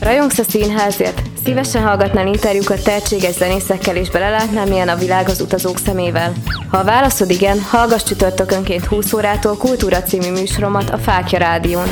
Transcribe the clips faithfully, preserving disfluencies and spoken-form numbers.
Rajongsz a színházért? Szívesen hallgatnál interjúkat tehetséges zenészekkel és belelátnál, milyen a világ az utazók szemével? Ha a válaszod igen, hallgass csütörtökönként húsz órától Kultúra című műsoromat a Fáklya Rádión.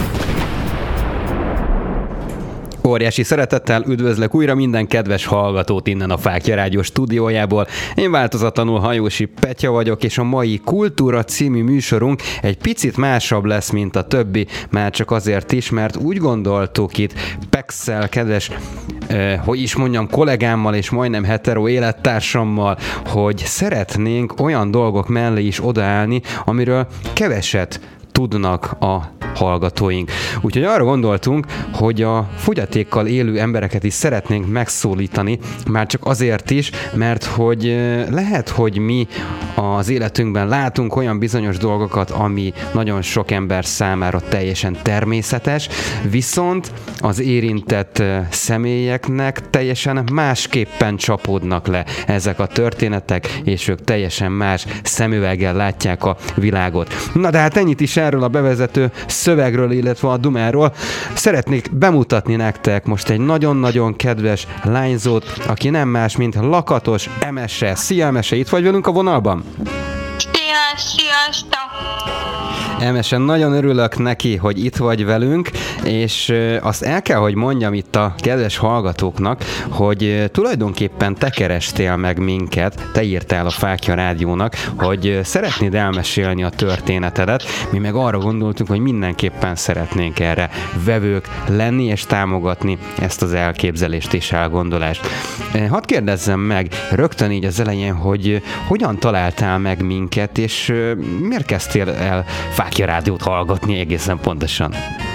Óriási szeretettel üdvözlök újra minden kedves hallgatót innen a Fáklya Rádió stúdiójából. Én változatlanul Hajósi Petya vagyok, és a mai Kultúra című műsorunk egy picit másabb lesz, mint a többi, már csak azért is, mert úgy gondoltuk itt Pexel, kedves, eh, hogy is mondjam, kollégámmal és majdnem hetero élettársammal, hogy szeretnénk olyan dolgok mellé is odaállni, amiről keveset tudnak a hallgatóink. Úgyhogy arra gondoltunk, hogy a fogyatékkal élő embereket is szeretnénk megszólítani, már csak azért is, mert hogy lehet, hogy mi az életünkben látunk olyan bizonyos dolgokat, ami nagyon sok ember számára teljesen természetes, viszont az érintett személyeknek teljesen másképpen csapódnak le ezek a történetek, és ők teljesen más szemüveggel látják a világot. Na de hát ennyit is erről a bevezető szövegről, illetve a dumáról. Szeretnék bemutatni nektek most egy nagyon-nagyon kedves lányzót, aki nem más, mint Lakatos Emese. Szia Emese, itt vagy velünk a vonalban? Szia, sziasztok! Emese, nagyon örülök neki, hogy itt vagy velünk, és azt el kell, hogy mondjam itt a kedves hallgatóknak, hogy tulajdonképpen te kerestél meg minket, te írtál a Fáklya Rádiónak, hogy szeretnéd elmesélni a történetedet, mi meg arra gondoltunk, hogy mindenképpen szeretnénk erre vevők lenni, és támogatni ezt az elképzelést és elgondolást. Hadd kérdezzem meg rögtön így az elején, hogy hogyan találtál meg minket, és miért kezdtél el Fáklya Rádiót hallgatni egészen pontosan?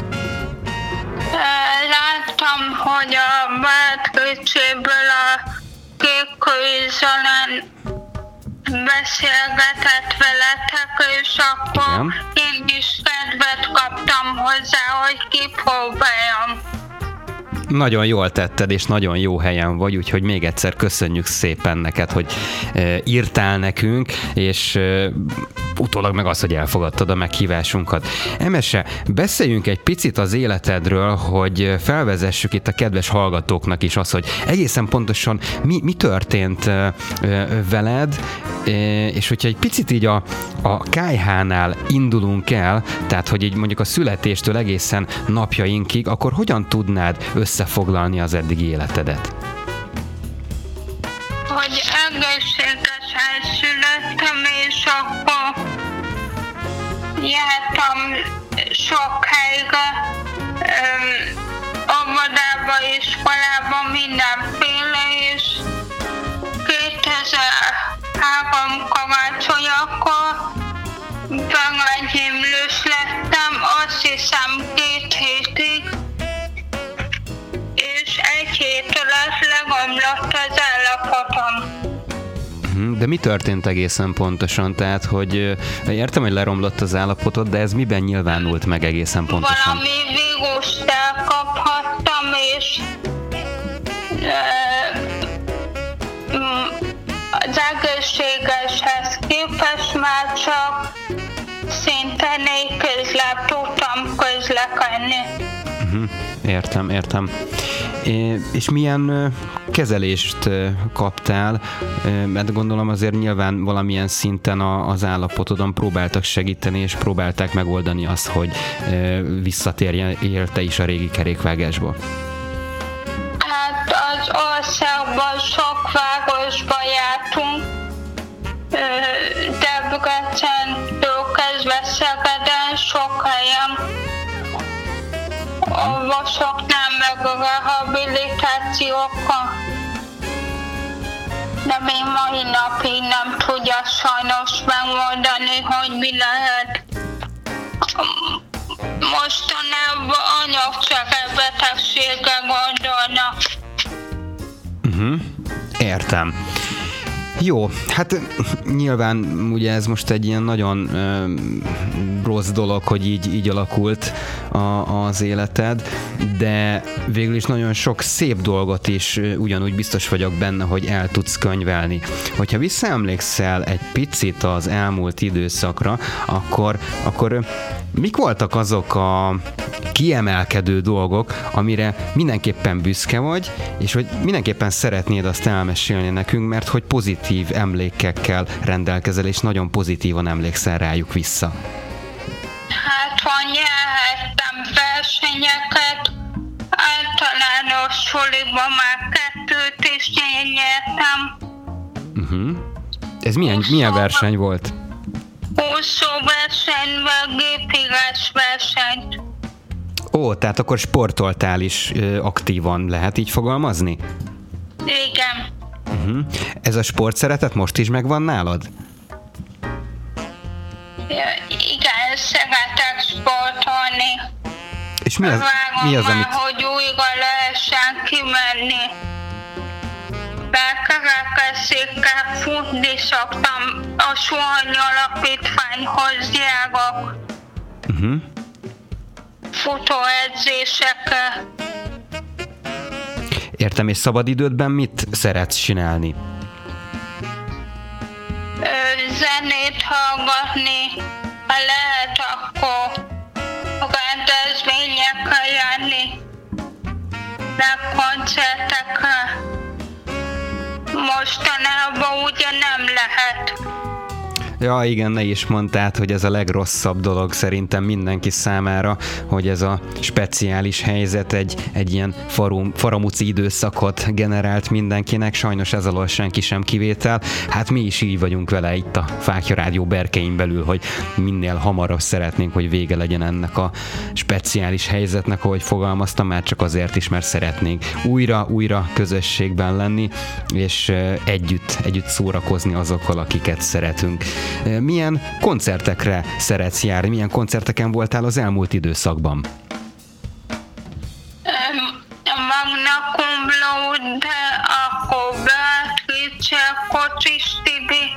Láttam, hogy a Bátkőcséből a Kékkőizolán beszélgetett veletek, és akkor igen, én is kedvet kaptam hozzá, hogy kipróbáljam. Nagyon jól tetted, és nagyon jó helyen vagy, úgyhogy még egyszer köszönjük szépen neked, hogy e, írtál nekünk, és e, utólag meg az, hogy elfogadtad a meghívásunkat. Emese, beszéljünk egy picit az életedről, hogy felvezessük itt a kedves hallgatóknak is azt, hogy egészen pontosan mi, mi történt e, e, veled, e, és hogyha egy picit így a, a ká há-nál indulunk el, tehát hogy így mondjuk a születéstől egészen napjainkig, akkor hogyan tudnád összefoglalni az eddigi életedet? Hogy egészségesen születtem, és akkor jártam sok helyre, óvodába, iskolába, mindenféle, és kétezer-három karácsonykor belenyémlős lettem, azt hiszem két hétig, és egy hét alatt legomlott az állapotom. De mi történt egészen pontosan? Tehát, hogy értem, hogy leromlott az állapotod, de ez miben nyilvánult meg egészen pontosan? Valami vírust elkaphattam, és az egészségeshez képest már csak szinte nélkülözláb tudtam közlekedni. Uh-huh. Értem, értem. É, és milyen kezelést kaptál? Mert gondolom azért nyilván valamilyen szinten az állapotodon próbáltak segíteni, és próbálták megoldani azt, hogy visszatérjél te is a régi kerékvágásba. Hát az országban sok városba jártunk, Debrecentől kezdve Szegeden, sok helyen. Orvosoknál meg a rehabilitációkkal. De még mai napig nem tudja sajnos megmondani, hogy mi lehet. Mostanában anyagcsere betegségre gondolnak. Uh-huh. Értem. Jó, hát nyilván ugye ez most egy ilyen nagyon ö, rossz dolog, hogy így, így alakult a, az életed, de végül is nagyon sok szép dolgot is ugyanúgy biztos vagyok benne, hogy el tudsz könyvelni. Hogyha visszaemlékszel egy picit az elmúlt időszakra, akkor, akkor Mik voltak azok a kiemelkedő dolgok, amire mindenképpen büszke vagy, és hogy mindenképpen szeretnéd azt elmesélni nekünk, mert hogy pozitív emlékekkel rendelkezel, és nagyon pozitívan emlékszel rájuk vissza? Hát, ha nyerhettem versenyeket, általános suliban már kettőt is én nyertem. Uh-huh. Ez milyen, milyen verseny volt? Úszó verseny, meg gépírás versenyt. Ó, tehát akkor sportoltál is ö, aktívan, lehet így fogalmazni? Igen. Uh-huh. Ez a sportszeretet most is megvan nálad? Ja, igen, szeretek sportolni. És mi az, mi az, amit... hogy újra lehessen kimenni. Kerekesszékkel futni szoktam, a Suhany Alapítványhoz járok. Uh-huh. Futóedzésekkel. Értem, és szabadidődben mit szeretsz csinálni? Ö, zenét hallgatni, ha lehet, akkor rendezvényekkel járni, de koncertekkel. Mostanában ugye nem lehet. Ja, igen, ne is mondtad, hogy ez a legrosszabb dolog szerintem mindenki számára, hogy ez a speciális helyzet egy, egy ilyen farum, faramuci időszakot generált mindenkinek, sajnos ez alól senki sem kivétel. Hát mi is így vagyunk vele itt a Fáklya Rádió berkein belül, hogy minél hamarabb szeretnénk, hogy vége legyen ennek a speciális helyzetnek, ahogy fogalmaztam, már csak azért is, mert szeretnénk újra-újra közösségben lenni, és együtt, együtt szórakozni azokkal, akiket szeretünk. Milyen koncertekre szeretsz járni? Milyen koncerteken voltál az elmúlt időszakban? Magna Cum Laude, akkor Beatrice, Kocsis Tibi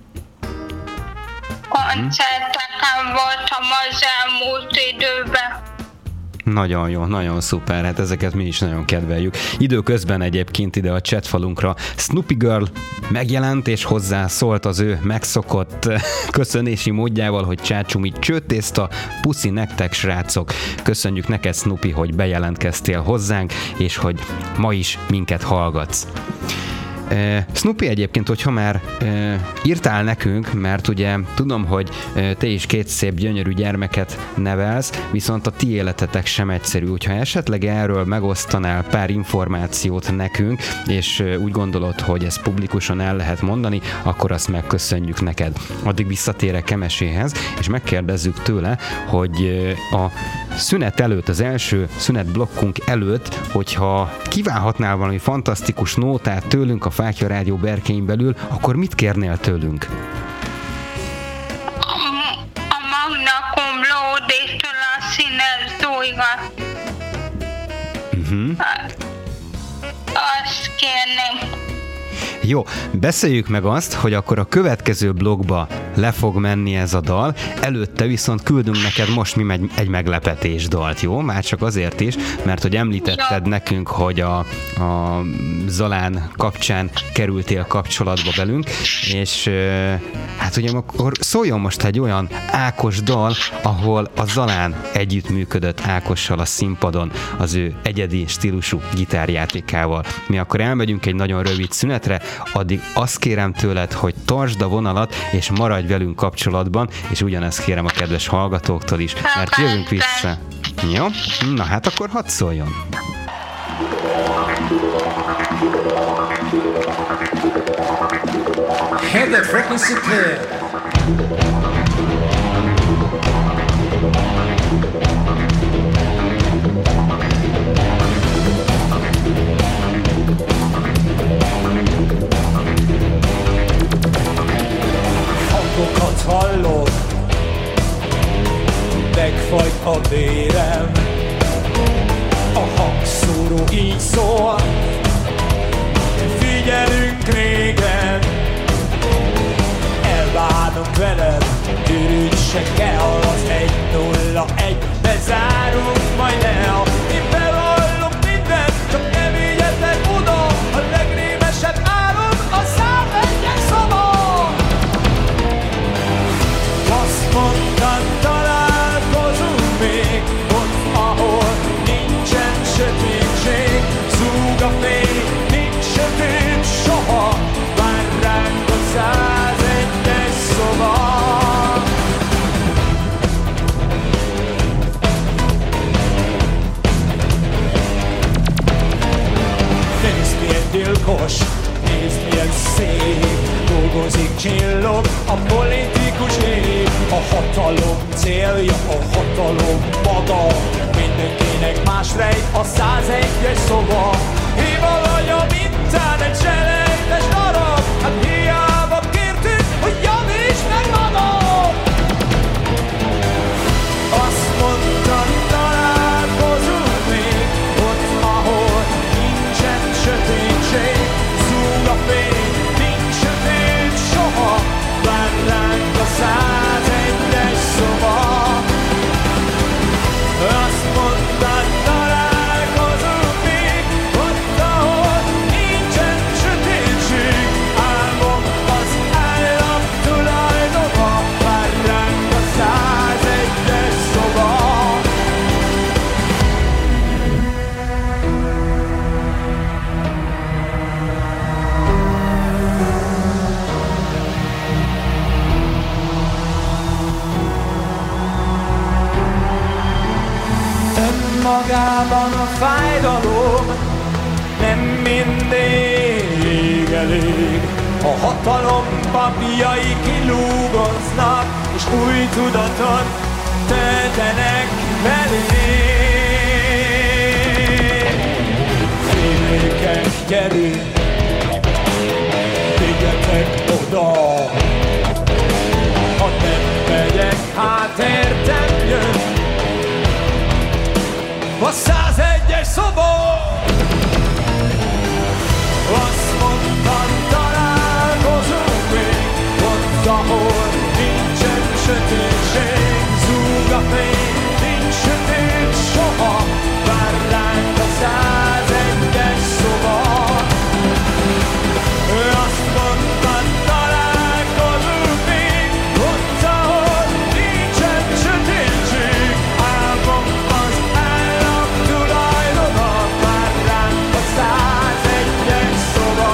koncerteken voltam az elmúlt időben. Nagyon jó, nagyon szuper, hát ezeket mi is nagyon kedveljük. Időközben egyébként ide a chatfalunkra Snoopy Girl megjelent, és hozzá szólt az ő megszokott köszönési módjával, hogy csácsumi csőtészta, puszi nektek, srácok. Köszönjük neked, Snoopy, hogy bejelentkeztél hozzánk, és hogy ma is minket hallgatsz. Uh, Snoopy, egyébként, hogyha már uh, írtál nekünk, mert ugye tudom, hogy uh, te is két szép gyönyörű gyermeket nevelsz, viszont a ti életetek sem egyszerű, hogyha esetleg erről megosztanál pár információt nekünk, és uh, úgy gondolod, hogy ezt publikusan el lehet mondani, akkor azt megköszönjük neked. Addig visszatérek Kemeséhez, és megkérdezzük tőle, hogy uh, a szünet előtt, az első szünetblokkunk előtt, hogyha kívánhatnál valami fantasztikus nótát tőlünk a Fáklya Rádió berkein belül, akkor mit kérnél tőlünk? A, a Magna Cum Laude-től a Színes Dújra. Uh-huh. Azt kérném. Jó, beszéljük meg azt, hogy akkor a következő blogba le fog menni ez a dal, előtte viszont küldünk neked most mi egy, egy meglepetés dalt, jó? Már csak azért is, mert hogy említetted ja. nekünk, hogy a, a Zalán kapcsán kerültél kapcsolatba velünk, és hát ugye akkor szóljon most egy olyan Ákos dal, ahol a Zalán együttműködött Ákossal a színpadon az ő egyedi stílusú gitárjátékával. Mi akkor elmegyünk egy nagyon rövid szünetre, addig azt kérem tőled, hogy tartsd a vonalat, és maradj velünk kapcsolatban, és ugyanezt kérem a kedves hallgatóktól is, mert jövünk vissza. Jó? Na hát akkor hadd szóljon! Hit the frequency clear! Hangokat hallok, megfagy a vérem. A hangszóró így szól, figyelünk régen. Elválunk veled, ürügysekkel, az egy nulla egybe zárunk majd el. Én bevallom mindent, csak nem vigyetek oda, a legrémesebb álom a szám egyek szava. Azt mondtad, találkozunk, játékos, nézd milyen szép, dolgozik, csillog a politikus ég. A hatalom célja, a hatalom maga, mindenkinek más rejt a százegyes szoba. Himalaya mintán egy selejtes darab, hát hiába kértük, hogy javíts meg magad. Azt mondtad, találkozunk még ott, ahol nincsen sötétség. Zúg a fény, nincs sötét soha, vár ránk a százegyes szoba. Azt mondtad, találkozunk még ott, ahol nincsen sötétség. Álmom az állam tulajdona, vár ránk a százegyes szoba. Önmagában a fájdalom nem mindig elég. A hatalom papjai kilúgoznak, és új tudatot töltenek velé. Félnékek, gyerünk, vigyetek oda. Ha nem megyek, hát értem jön a százegyes szoba. Azt mondtad, találkozunk még ott, ahol nincsen sötétség. Zúg a fény, nincs sötét soha, vár ránk a százegyes szoba. Azt mondtad, találkozunk még ott, ahol nincsen sötétség. Álmom az állam tulajdona, vár ránk a százegyes szoba.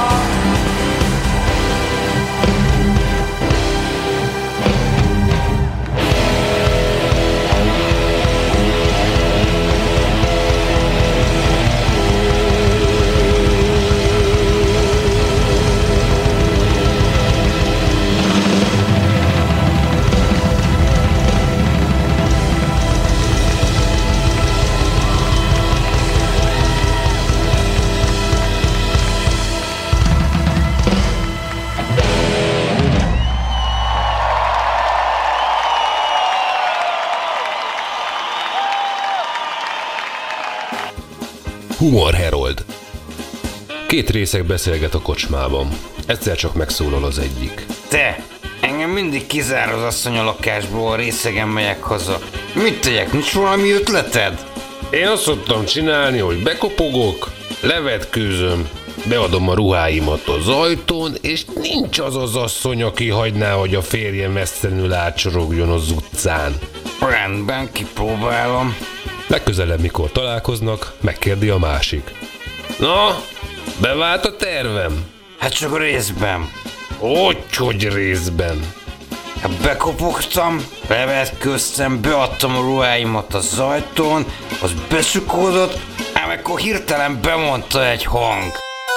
Humor Herold. Két részeg beszélget a kocsmában. Egyszer csak megszólal az egyik. Te! Engem mindig kizár az asszony a lakásból, részegen megyek haza. Mit tegyek? Nincs valami ötleted? Én azt szoktam csinálni, hogy bekopogok, levetkőzöm, beadom a ruháimat az ajtón, és nincs az az asszony, aki hagyná, hogy a férje mesztelenül átsorogjon az utcán. Rendben, kipróbálom. Legközelebb, mikor találkoznak, megkérdi a másik. Na, bevált a tervem? Hát csak részben. Hogyhogy részben? Hát bekopogtam, levetkőztem, beadtam a ruháimat az ajtón, az becsukódott, ám ekkor hirtelen bemondta egy hang.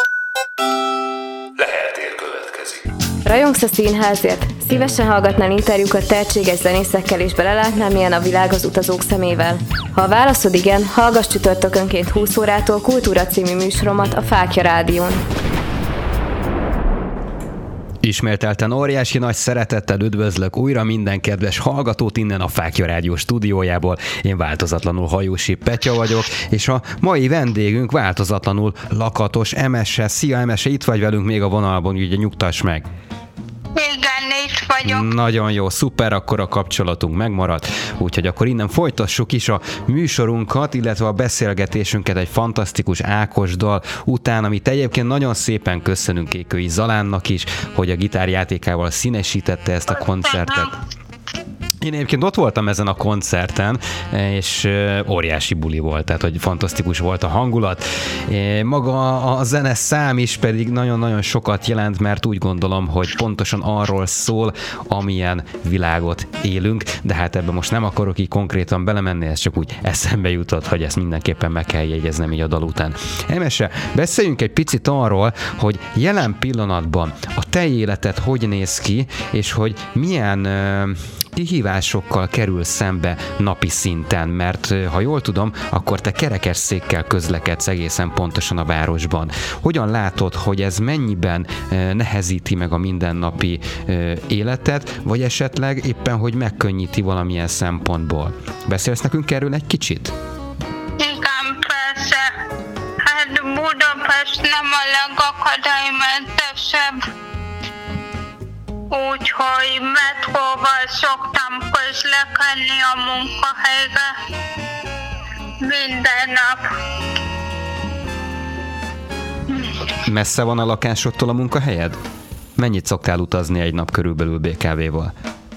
Leheltér következik. Rajongsz a színházért? Szívesen hallgatnál interjúkat tehetséges zenészekkel és belelátnál, milyen a világ az utazók szemével? Ha a válaszod igen, hallgass csütörtökönként húsz órától Kultúra című műsoromat a Fáklya Rádión. Ismételten óriási nagy szeretettel üdvözlök újra minden kedves hallgatót innen a Fáklya Rádió stúdiójából. Én változatlanul Hajósi Petya vagyok, és a mai vendégünk változatlanul Lakatos Emese. Szia Emese, itt vagy velünk még a vonalban, ugye nyugtass meg. Igen, itt vagyok. Nagyon jó, szuper, akkor a kapcsolatunk megmaradt, úgyhogy akkor innen folytassuk is a műsorunkat, illetve a beszélgetésünket egy fantasztikus Ákos dal után, amit egyébként nagyon szépen köszönünk Kékői Zalánnak is, hogy a gitárjátékával színesítette ezt a koncertet. Én egyébként ott voltam ezen a koncerten, és óriási buli volt, tehát hogy fantasztikus volt a hangulat. Maga a zene szám is pedig nagyon-nagyon sokat jelent, mert úgy gondolom, hogy pontosan arról szól, amilyen világot élünk, de hát ebben most nem akarok így konkrétan belemenni, ez csak úgy eszembe jutott, hogy ezt mindenképpen meg kell jegyeznem így a dal után. Emese, beszéljünk egy picit arról, hogy jelen pillanatban a te életed hogy néz ki, és hogy milyen kihívásokkal kerül szembe napi szinten, mert ha jól tudom, akkor te kerekesszékkel közlekedsz egészen pontosan a városban. Hogyan látod, hogy ez mennyiben nehezíti meg a mindennapi életet, vagy esetleg éppen, hogy megkönnyíti valamilyen szempontból? Beszélsz nekünk erről egy kicsit? Igen, persze. Hát Budapest nem a legakadálymentesebb, úgyhogy metróval szoktam közlekedni a munkahelyre minden nap. Messze van a lakásodtól a munkahelyed? Mennyit szoktál utazni egy nap körülbelül bé ká véval?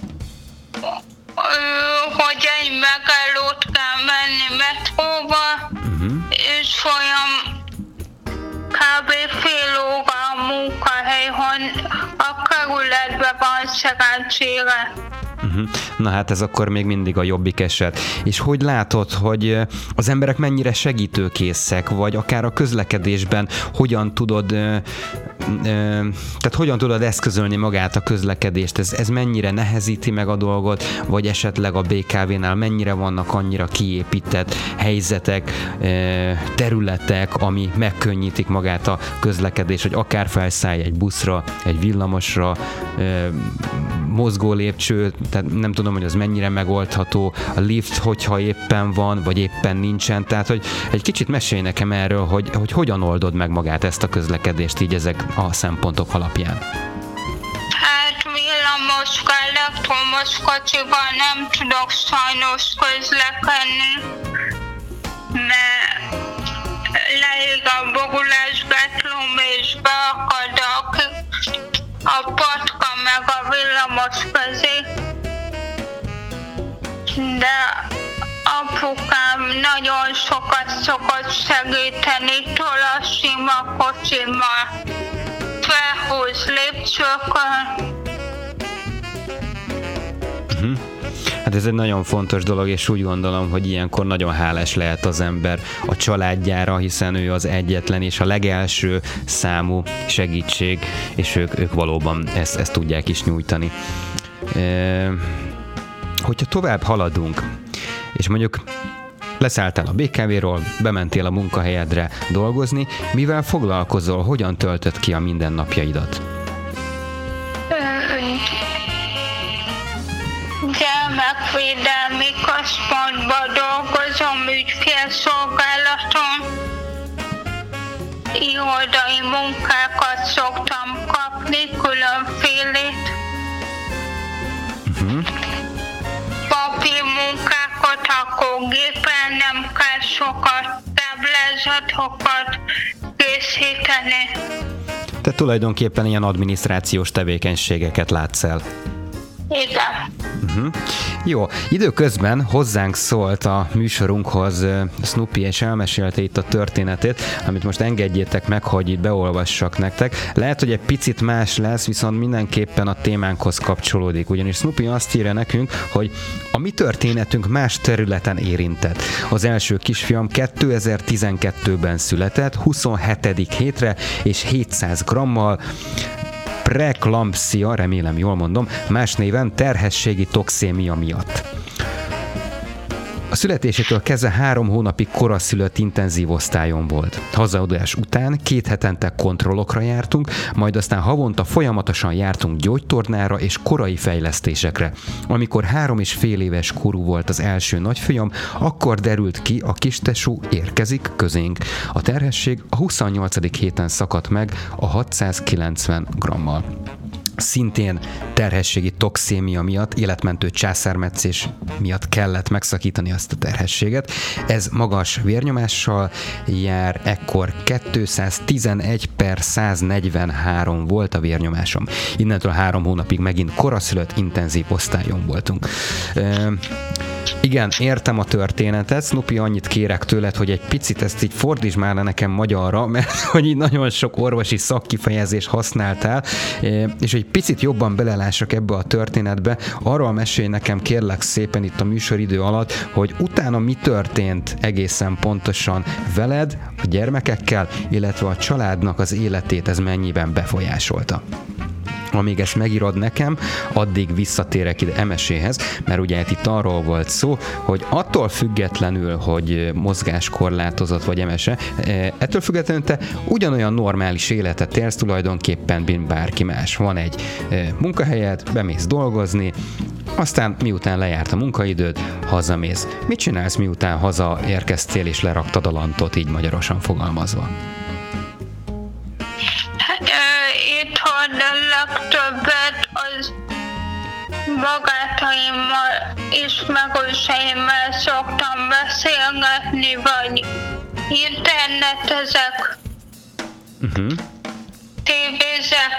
Hogy egy megállót kell menni metróba, uh-huh. és folyam kb. Fél óra a munkahelyhon, a kerületben van szerencsére. Uh-huh. Na hát ez akkor még mindig a jobbik eset. És hogy látod, hogy az emberek mennyire segítőkészek, vagy akár a közlekedésben hogyan tudod, ö, ö, tehát hogyan tudod eszközölni magát a közlekedést? Ez, ez mennyire nehezíti meg a dolgot, vagy esetleg a bé ká vénál mennyire vannak annyira kiépített helyzetek, ö, területek, ami megkönnyítik magát a közlekedést, hogy akár felszállj egy buszra, egy villamosra, ö, mozgó lépcső, tehát nem tudom, hogy az mennyire megoldható, a lift, hogyha éppen van, vagy éppen nincsen, tehát hogy egy kicsit mesélj nekem erről, hogy, hogy hogyan oldod meg magát ezt a közlekedést így ezek a szempontok alapján. Hát villamos, elektromos kocsival nem tudok sajnos közlekedni, mert leég a borulásgátlóm és beakadok a patka meg a villamos közé, de apukám nagyon sokat szokott segíteni, tol a sima kocsimmal, felhúz lépcsőkön. Uh-huh. Hát ez egy nagyon fontos dolog, és úgy gondolom, hogy ilyenkor nagyon hálás lehet az ember a családjára, hiszen ő az egyetlen és a legelső számú segítség, és ők, ők valóban ezt, ezt tudják is nyújtani. E, hogyha tovább haladunk, és mondjuk leszálltál a bé ká véról, bementél a munkahelyedre dolgozni, mivel foglalkozol, hogyan töltöd ki a mindennapjaidat? Gyermekvédelmi központban dolgozom, ügyfélszolgálaton. Irodai munkákat szoktam kapni, különfélét. Uh-huh. Papír munkákat, akkor gépen nem kell sokat, táblázatokat készíteni. Te tulajdonképpen ilyen adminisztrációs tevékenységeket látsz el. Igen. Uh-huh. Jó, időközben hozzánk szólt a műsorunkhoz Snoopy, és elmesélte itt a történetét, amit most engedjétek meg, hogy itt beolvassak nektek. Lehet, hogy egy picit más lesz, viszont mindenképpen a témánkhoz kapcsolódik, ugyanis Snoopy azt írja nekünk, hogy a mi történetünk más területen érintett. Az első kisfiam kétezer-tizenkettőben született, huszonhetedik hétre és hétszáz grammal, preklampszia, remélem jól mondom, más néven terhességi toxémia miatt. A születésétől kezdve három hónapig koraszülött intenzív osztályon volt. Hazaudás után két hetente kontrollokra jártunk, majd aztán havonta folyamatosan jártunk gyógytornára és korai fejlesztésekre. Amikor három és fél éves korú volt az első nagyfiam, akkor derült ki, a kistesó érkezik közénk. A terhesség a huszonnyolcadik héten szakadt meg a hatszázkilencven grammal. szintén terhességi toxémia miatt, életmentő császármetszés miatt kellett megszakítani azt a terhességet. Ez magas vérnyomással jár, ekkor kétszáztizenegy per száznegyvenhárom volt a vérnyomásom. Innentől három hónapig megint koraszülött intenzív osztályon voltunk. E- Igen, értem a történetet, Snoopy, annyit kérek tőled, hogy egy picit ezt így fordítsd már le nekem magyarra, mert hogy így nagyon sok orvosi szakkifejezést használtál, és egy picit jobban belelássak ebbe a történetbe, arról mesélj nekem kérlek szépen itt a műsoridő alatt, hogy utána mi történt egészen pontosan veled, a gyermekekkel, illetve a családnak az életét ez mennyiben befolyásolta. Amíg ezt megírod nekem, addig visszatérek ide emeséhez, mert ugye itt arról volt szó, hogy attól függetlenül, hogy mozgáskorlátozott vagy emese, ettől függetlenül te ugyanolyan normális életet élsz tulajdonképpen, mint bárki más. Van egy munkahelyed, bemész dolgozni, aztán miután lejárt a munkaidőd, hazamész. Mit csinálsz, miután hazaérkeztél és leraktad a lantot, így magyarosan fogalmazva? Itthon a legtöbbet az barátaimmal és megőseimmel szoktam beszélgetni, vagy internetezek, uh-huh. tévézek.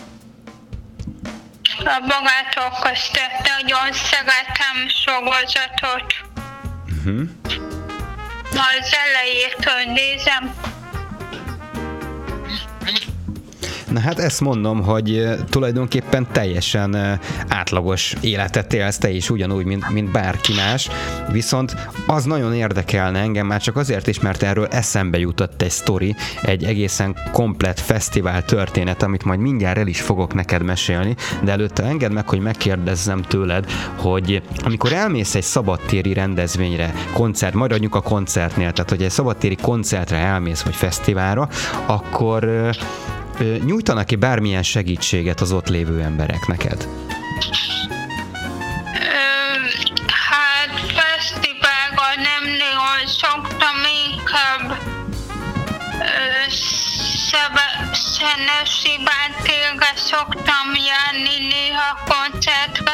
A barátok közt nagyon szeretem sorozatot. Uh-huh. Az elejétől nézem. Na hát ezt mondom, hogy tulajdonképpen teljesen átlagos életet élsz, te is ugyanúgy, mint, mint bárki más, viszont az nagyon érdekelne engem már csak azért is, mert erről eszembe jutott egy sztori, egy egészen komplett fesztivál történet, amit majd mindjárt el is fogok neked mesélni, de előtte engedd meg, hogy megkérdezzem tőled, hogy amikor elmész egy szabadtéri rendezvényre, koncert, maradjunk a koncertnél, tehát hogy egy szabadtéri koncertre elmész, vagy fesztiválra, akkor nyújtanak-e bármilyen segítséget az ott lévő emberek neked? Hát fesztiválra nem nagyon szoktam, inkább Szenesi Bántérre szoktam járni néha koncertre,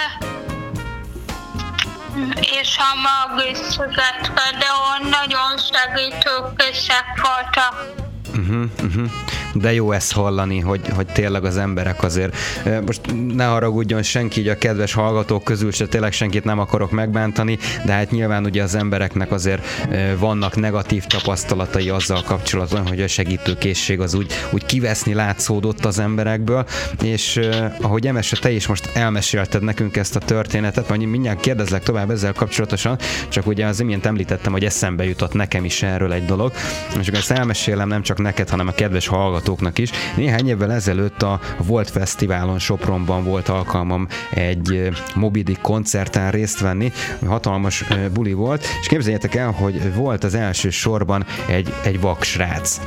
és a Margit-szigetre, de ott nagyon segítőkészek voltak. Uh-huh, uh-huh. De jó ezt hallani, hogy, hogy tényleg az emberek azért, most ne haragudjon senki, így a kedves hallgatók közül se, tényleg senkit nem akarok megbántani, de hát nyilván ugye az embereknek azért vannak negatív tapasztalatai azzal kapcsolatban, hogy a segítőkészség az úgy, úgy kiveszni látszódott az emberekből, és ahogy Emese, te is most elmesélted nekünk ezt a történetet, majd mindjárt kérdezlek tovább ezzel kapcsolatosan, csak ugye az imént említettem, hogy eszembe jutott nekem is erről egy dolog, és akkor ezt elmesélem nem csak neked, hanem a kedves hallgatóknak is. Néhány évvel ezelőtt a Volt Fesztiválon Sopronban volt alkalmam egy Moby Dick koncerten részt venni, hatalmas buli volt, és képzeljétek el, hogy volt az első sorban egy, egy vak srác.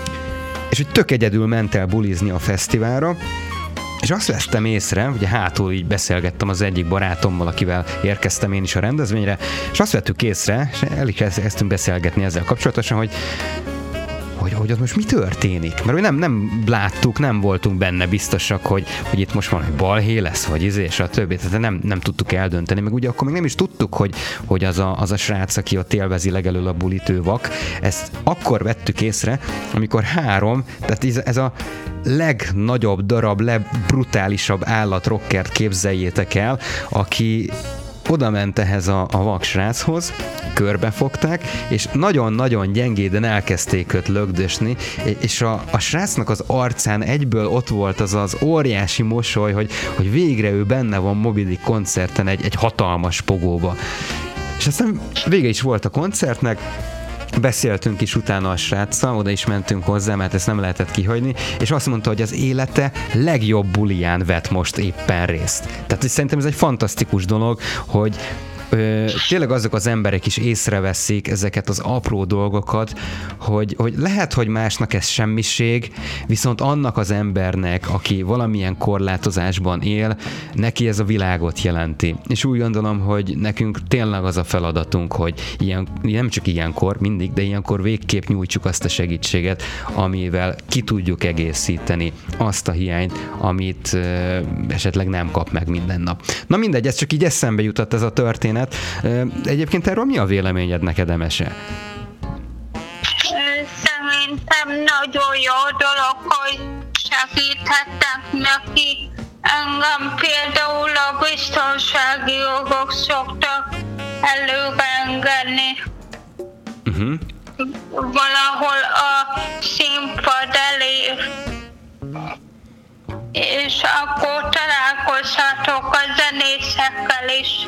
És hogy tök egyedül ment el bulizni a fesztiválra, és azt vettem észre, ugye hátul így beszélgettem az egyik barátommal, akivel érkeztem én is a rendezvényre, és azt vettük észre, és el is kezdtünk beszélgetni ezzel kapcsolatosan, hogy hogy, hogy ott most mi történik. Mert nem, nem láttuk, nem voltunk benne biztosak, hogy, hogy itt most van, hogy balhé lesz, vagy izé, és a többi. Tehát nem, nem tudtuk eldönteni. Meg ugye akkor még nem is tudtuk, hogy, hogy az, a, az a srác, aki ott élvezi legelől a bulit, ő vak. Ezt akkor vettük észre, amikor három, tehát ez, ez a legnagyobb darab, legbrutálisabb állatrockert képzeljétek el, aki oda ment ehhez a, a vaksráchoz, körbefogták, és nagyon-nagyon gyengéden elkezdték őt lögdösni, és a, a srácnak az arcán egyből ott volt az az óriási mosoly, hogy, hogy végre ő benne van Moby Dick koncerten egy, egy hatalmas pogóba. És aztán vége is volt a koncertnek, beszéltünk is utána a sráccal, oda is mentünk hozzá, mert ezt nem lehetett kihagyni, és azt mondta, hogy az élete legjobb buliján vett most éppen részt. Tehát szerintem ez egy fantasztikus dolog, hogy ö, tényleg azok az emberek is észreveszik ezeket az apró dolgokat, hogy, hogy lehet, hogy másnak ez semmiség, viszont annak az embernek, aki valamilyen korlátozásban él, neki ez a világot jelenti. És úgy gondolom, hogy nekünk tényleg az a feladatunk, hogy ilyen, nem csak ilyenkor, mindig, de ilyenkor végképp nyújtsuk azt a segítséget, amivel ki tudjuk egészíteni azt a hiányt, amit ö, esetleg nem kap meg minden nap. Na mindegy, ez csak így eszembe jutott ez a történet. Egyébként erről mi a véleményed neked, Emese? Szerintem nagyon jó dolog, hogy segíthettek neki. Engem például a biztonsági jogok szoktak előengedni. Uh-huh. Valahol a színpad elé, és akkor találkozhatok a zenészekkel is.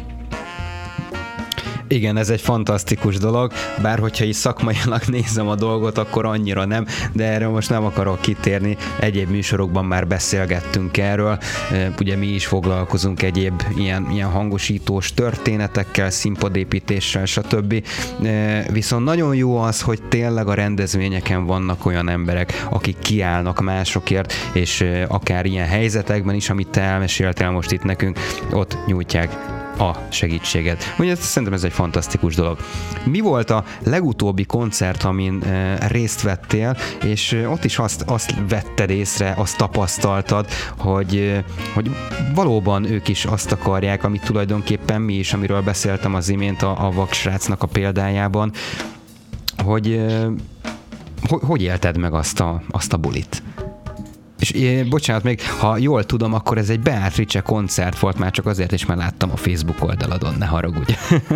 Igen, ez egy fantasztikus dolog, bár hogyha is szakmailag nézem a dolgot, akkor annyira nem, de erről most nem akarok kitérni. Egyéb műsorokban már beszélgettünk erről, ugye mi is foglalkozunk egyéb ilyen, ilyen hangosítós történetekkel, színpadépítéssel, stb. Viszont nagyon jó az, hogy tényleg a rendezvényeken vannak olyan emberek, akik kiállnak másokért, és akár ilyen helyzetekben is, amit te elmeséltél most itt nekünk, ott nyújtják a segítséget. Ugye szerintem ez egy fantasztikus dolog. Mi volt a legutóbbi koncert, amin e, részt vettél, és e, ott is azt, azt vetted észre, azt tapasztaltad, hogy, e, hogy valóban ők is azt akarják, amit tulajdonképpen mi is, amiről beszéltem az imént a, a vaksrácnak a példájában, hogy e, hogy, hogy élted meg azt a, azt a bulit? És én, bocsánat, még ha jól tudom, akkor ez egy Beatrice koncert volt, már csak azért is, mert láttam a Facebook oldaladon, ne haragudj.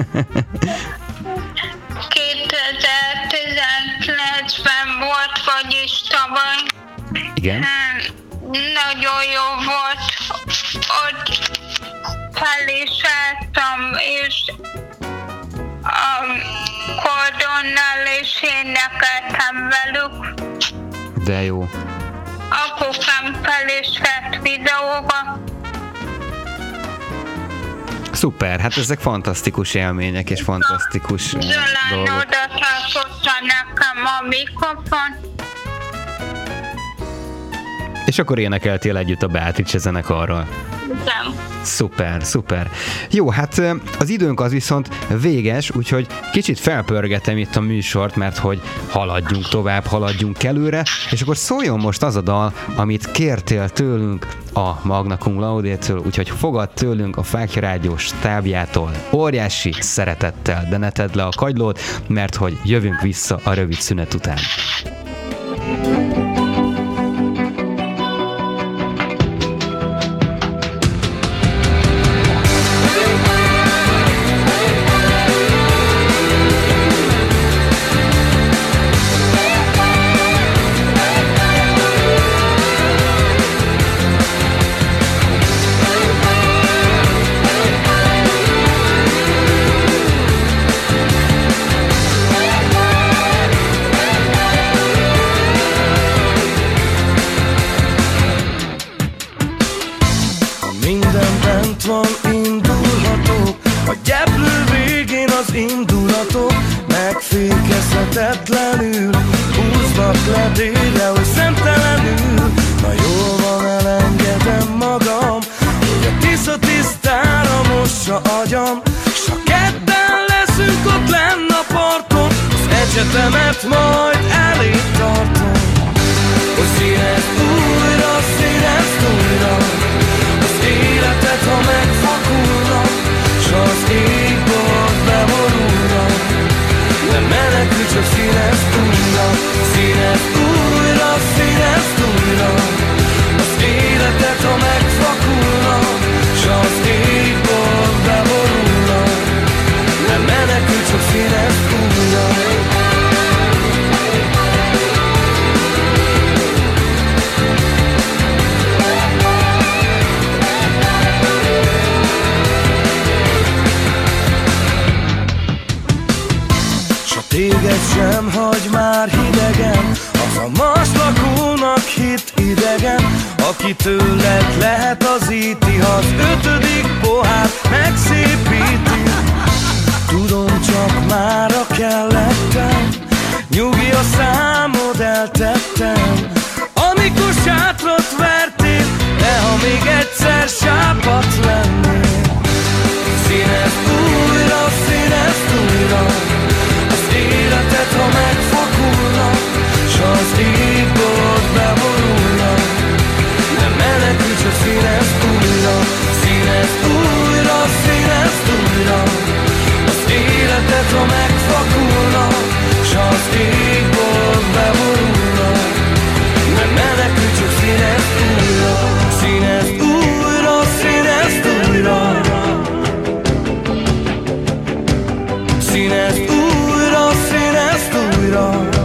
kétezer-tizenkilencben volt, vagyis tavaly. Igen. Nagyon jó volt, ott fel is álltam, és a kordonnal is énekeltem velük. De jó. Apukám fel is vett videóba. Szuper, hát ezek fantasztikus élmények és fantasztikus Zolán dolgok. oda tartotta nekem a mikrofon. És akkor énekeltél együtt a Beatrice zenekarral. Igen. Szuper, szuper. Jó, hát az időnk az viszont véges, úgyhogy kicsit felpörgetem itt a műsort, mert hogy haladjunk tovább, haladjunk előre, és akkor szóljon most az a dal, amit kértél tőlünk a Magna Cum Laude-től, úgyhogy fogad tőlünk a Fáklya Rádió stábjától óriási szeretettel, de ne tedd le a kagylót, mert hogy jövünk vissza a rövid szünet után. Megfékezhetetlenül húznak le délre, hogy szemtelenül. Na jól van, elengedem magam, hogy a Tisza tisztára mossa agyam, s ha kedden leszünk ott lenn a parton, az egyetemet majd elé tartom. Hogy színezd újra, színezd újra az életet, ha megfakulna, s az égbolt beborulna. Nem menekül, csak színezd újra, színezd újra, színezd újra az életet, ha megfakulna, s az égbolt beborulna. Nem menekül, csak színezd újra. Téged sem hagy már hidegen, az a marslakónak hit idegen, aki tőled lehet az íti, ha az ötödik pohár megszépíti. tudom, csak mára kellettem, nyugi a számod eltettem. Amikor sátrat vertél, de ha még egyszer sápadt lennél. Színezd újra, színezd újra az életet, ha megfakulna, s az égbolt beborulna. Nem menekülj, csak színezd újra, színezd újra, színezd újra az életet, ha megfakulna, s az égbolt beborulna. Nem menekülj, csak színezd újra, színezd újra, színezd újra. Színezd újra, színezd újra.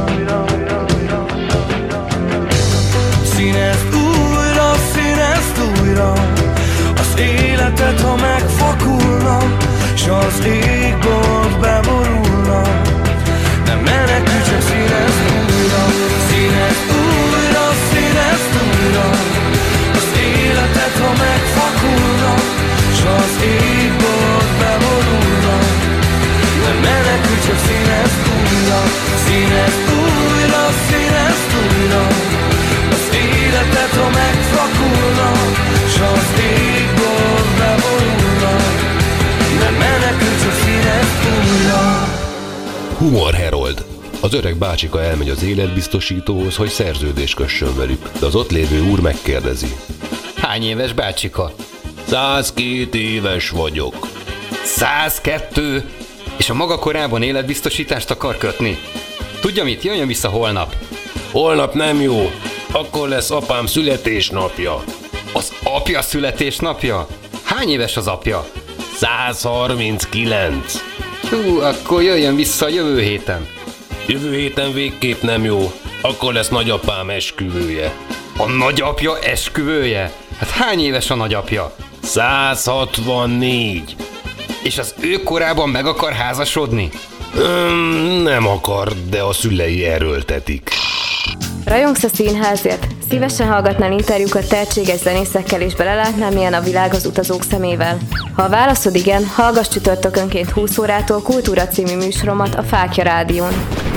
Színezd újra, színezd újra az életet, ha megfakulna, s az égbolt beborulna. Nem menekülj, csak színezd újra, színezd újra, színezd újra az életet, ha megfakulna, s az égbolt beborulna. Nem menekülj, csak színezd újra, színezd újra, színezd újra az életet, ha megfakulna, s az égbolt beborulna. Nem menekülj, csak színezd újra. Humor Herold. Az öreg bácsika elmegy az életbiztosítóhoz, hogy szerződést kössön velük, de az ott lévő úr megkérdezi. Hány éves bácsika? százkét éves vagyok. százkettő? És a maga korában életbiztosítást akar kötni? Tudja mit, jöjjön vissza holnap. Holnap nem jó, akkor lesz apám születésnapja. Az apja születésnapja? Hány éves az apja? százharminckilenc. Hú, akkor jöjjön vissza jövő héten. Jövő héten végképp nem jó, akkor lesz nagyapám esküvője. A nagyapja esküvője? Hát hány éves a nagyapja? százhatvannégy. És az ő korában meg akar házasodni? Öm, nem akar, de a szülei erőltetik. Rajongsz a színházért? Szívesen hallgatnál interjúkat tehetséges zenészekkel és belelátnál, milyen a világ az utazók szemével? Ha a válaszod igen, hallgass csütörtökönként húsz órától Kultúra című műsoromat a Fáklya Rádión.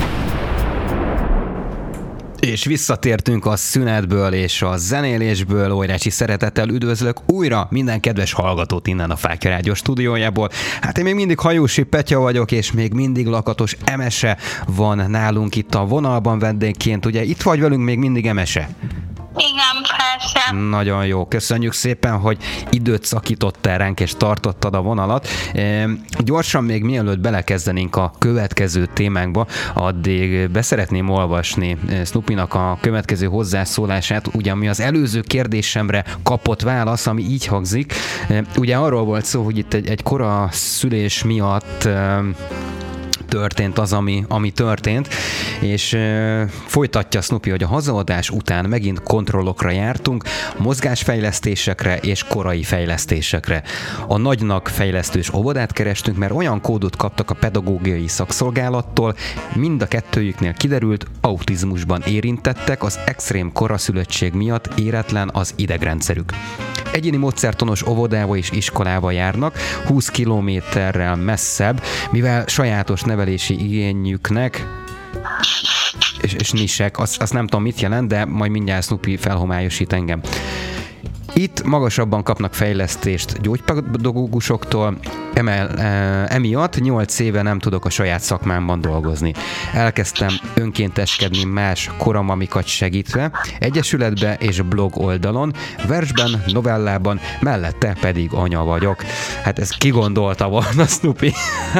És visszatértünk a szünetből és a zenélésből. Óriási szeretettel üdvözlök újra minden kedves hallgatót innen a Fáklya Rádió stúdiójából. Hát én még mindig Hajósi Petya vagyok, és még mindig Lakatos Emese van nálunk itt a vonalban vendégként. Ugye itt vagy velünk még mindig, Emese? Igen, persze. Nagyon jó, köszönjük szépen, hogy időt szakítottál ránk és tartottad a vonalat. E, gyorsan még mielőtt belekezdenénk a következő témánkba, addig beszeretném olvasni Snoopynak a következő hozzászólását, ugye ami az előző kérdésemre kapott válasz, ami így hangzik. E, ugye arról volt szó, hogy itt egy, egy kora szülés miatt e, történt az, ami, ami történt, és e, folytatja Snoopy, hogy a hazaadás után megint kontrollokra jártunk, mozgásfejlesztésekre és korai fejlesztésekre. A nagynak fejlesztős óvodát kerestünk, mert olyan kódot kaptak a pedagógiai szakszolgálattól, mind a kettőjüknél kiderült, autizmusban érintettek, az extrém koraszülöttség miatt éretlen az idegrendszerük. Egyéni módszertanos óvodába és iskolába járnak, húsz kilométerrel messzebb, mivel sajátos nevelési igényüknek, és, és nisek, azt, azt nem tudom mit jelent, de majd mindjárt Snoopy felhomályosít engem. Itt magasabban kapnak fejlesztést gyógypedagógusoktól, emel, emiatt nyolc éve nem tudok a saját szakmámban dolgozni. Elkezdtem önkénteskedni más koramamikat segítve, egyesületbe és blog oldalon, versben, novellában, mellette pedig anya vagyok. Hát ez ki gondolta volna, Snoopy?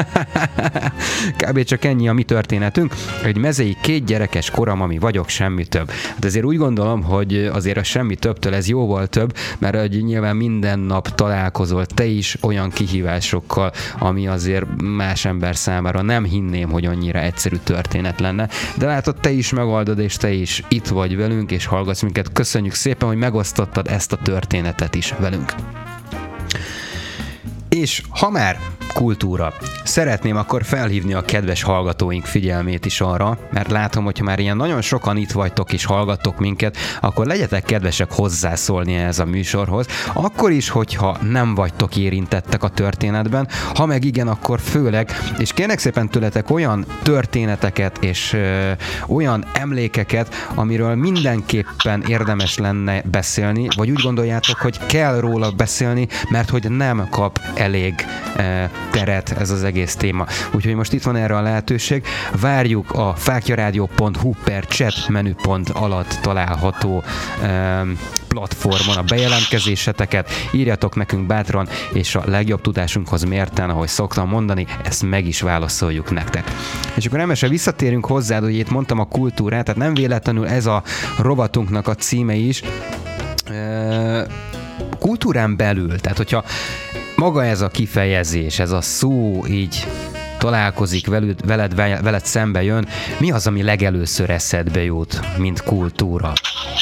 Kb. Csak ennyi a mi történetünk. Egy mezei két gyerekes koramami vagyok, semmi több. Hát azért úgy gondolom, hogy azért a semmi többtől ez jóval több, mert hogy nyilván minden nap találkozol te is olyan kihívásokkal, ami azért más ember számára nem hinném, hogy annyira egyszerű történet lenne. De látod, te is megoldod, és te is itt vagy velünk, és hallgatsz minket. Köszönjük szépen, hogy megosztottad ezt a történetet is velünk. És Ha már kultúra, szeretném akkor felhívni a kedves hallgatóink figyelmét is arra, mert látom, hogyha már ilyen nagyon sokan itt vagytok és hallgattok minket, akkor legyetek kedvesek hozzászólni ehhez a műsorhoz, akkor is, hogyha nem vagytok érintettek a történetben, ha meg igen, akkor főleg, és kérnek szépen tőletek olyan történeteket és ö, olyan emlékeket, amiről mindenképpen érdemes lenne beszélni, vagy úgy gondoljátok, hogy kell róla beszélni, mert hogy nem kap elég ö, teret ez az egész téma. Úgyhogy most itt van erre a lehetőség. Várjuk a fáklyaradio pont hu per chat menüpont alatt található um, platformon a bejelentkezéseteket. Írjatok nekünk bátran, és a legjobb tudásunkhoz mérten, ahogy szoktam mondani, ezt meg is válaszoljuk nektek. És akkor Emese, visszatérünk hozzád, hogy itt mondtam a kultúrát, tehát nem véletlenül ez a rovatunknak a címe is. Uh, kultúrán belül, tehát hogyha maga ez a kifejezés, ez a szó így találkozik veled, veled, veled szembe jön, mi az, ami legelőször eszedbe jut, mint kultúra?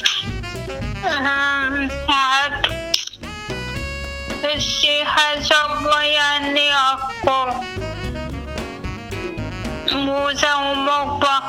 Hát, színházakban járni, akkor múzeumokban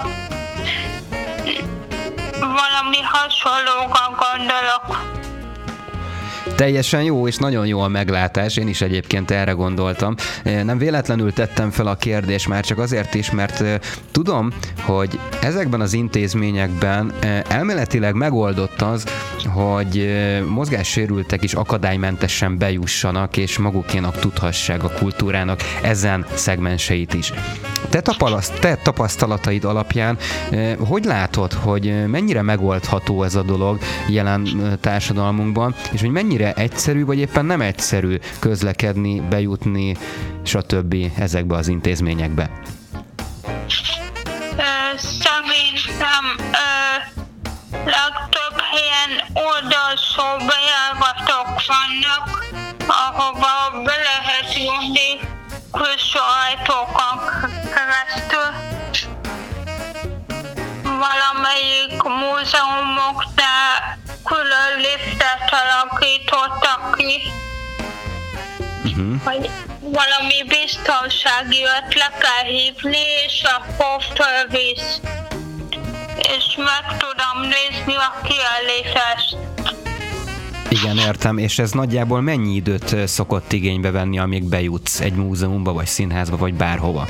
valami hasonlókat gondolok. Teljesen jó, és nagyon jó a meglátás, én is egyébként erre gondoltam. Nem véletlenül tettem fel a kérdést, már csak azért is, mert tudom, hogy ezekben az intézményekben elméletileg megoldott az, hogy mozgássérültek is akadálymentesen bejussanak, és magukénak tudhassák a kultúrának ezen szegmenseit is. Te, tapaszt, te tapasztalataid alapján hogy látod, hogy mennyire megoldható ez a dolog jelen társadalmunkban, és hogy mennyire egyszerű, vagy éppen nem egyszerű közlekedni, bejutni, stb. Ezekbe az intézményekbe? Szerintem legtöbb helyen oldalsó bejáratok vannak, ahova be lehet jönni külső ajtókon keresztül. Valamelyik múzeumoknál külön liftet alakítottak ki, uh-huh. hogy valami biztonsági öt le kell hívni, és akkor fölvisz. És meg tudom nézni a kiállítást. Igen, értem, és ez nagyjából mennyi időt szokott igénybe venni, amíg bejutsz egy múzeumba, vagy színházba, vagy bárhova?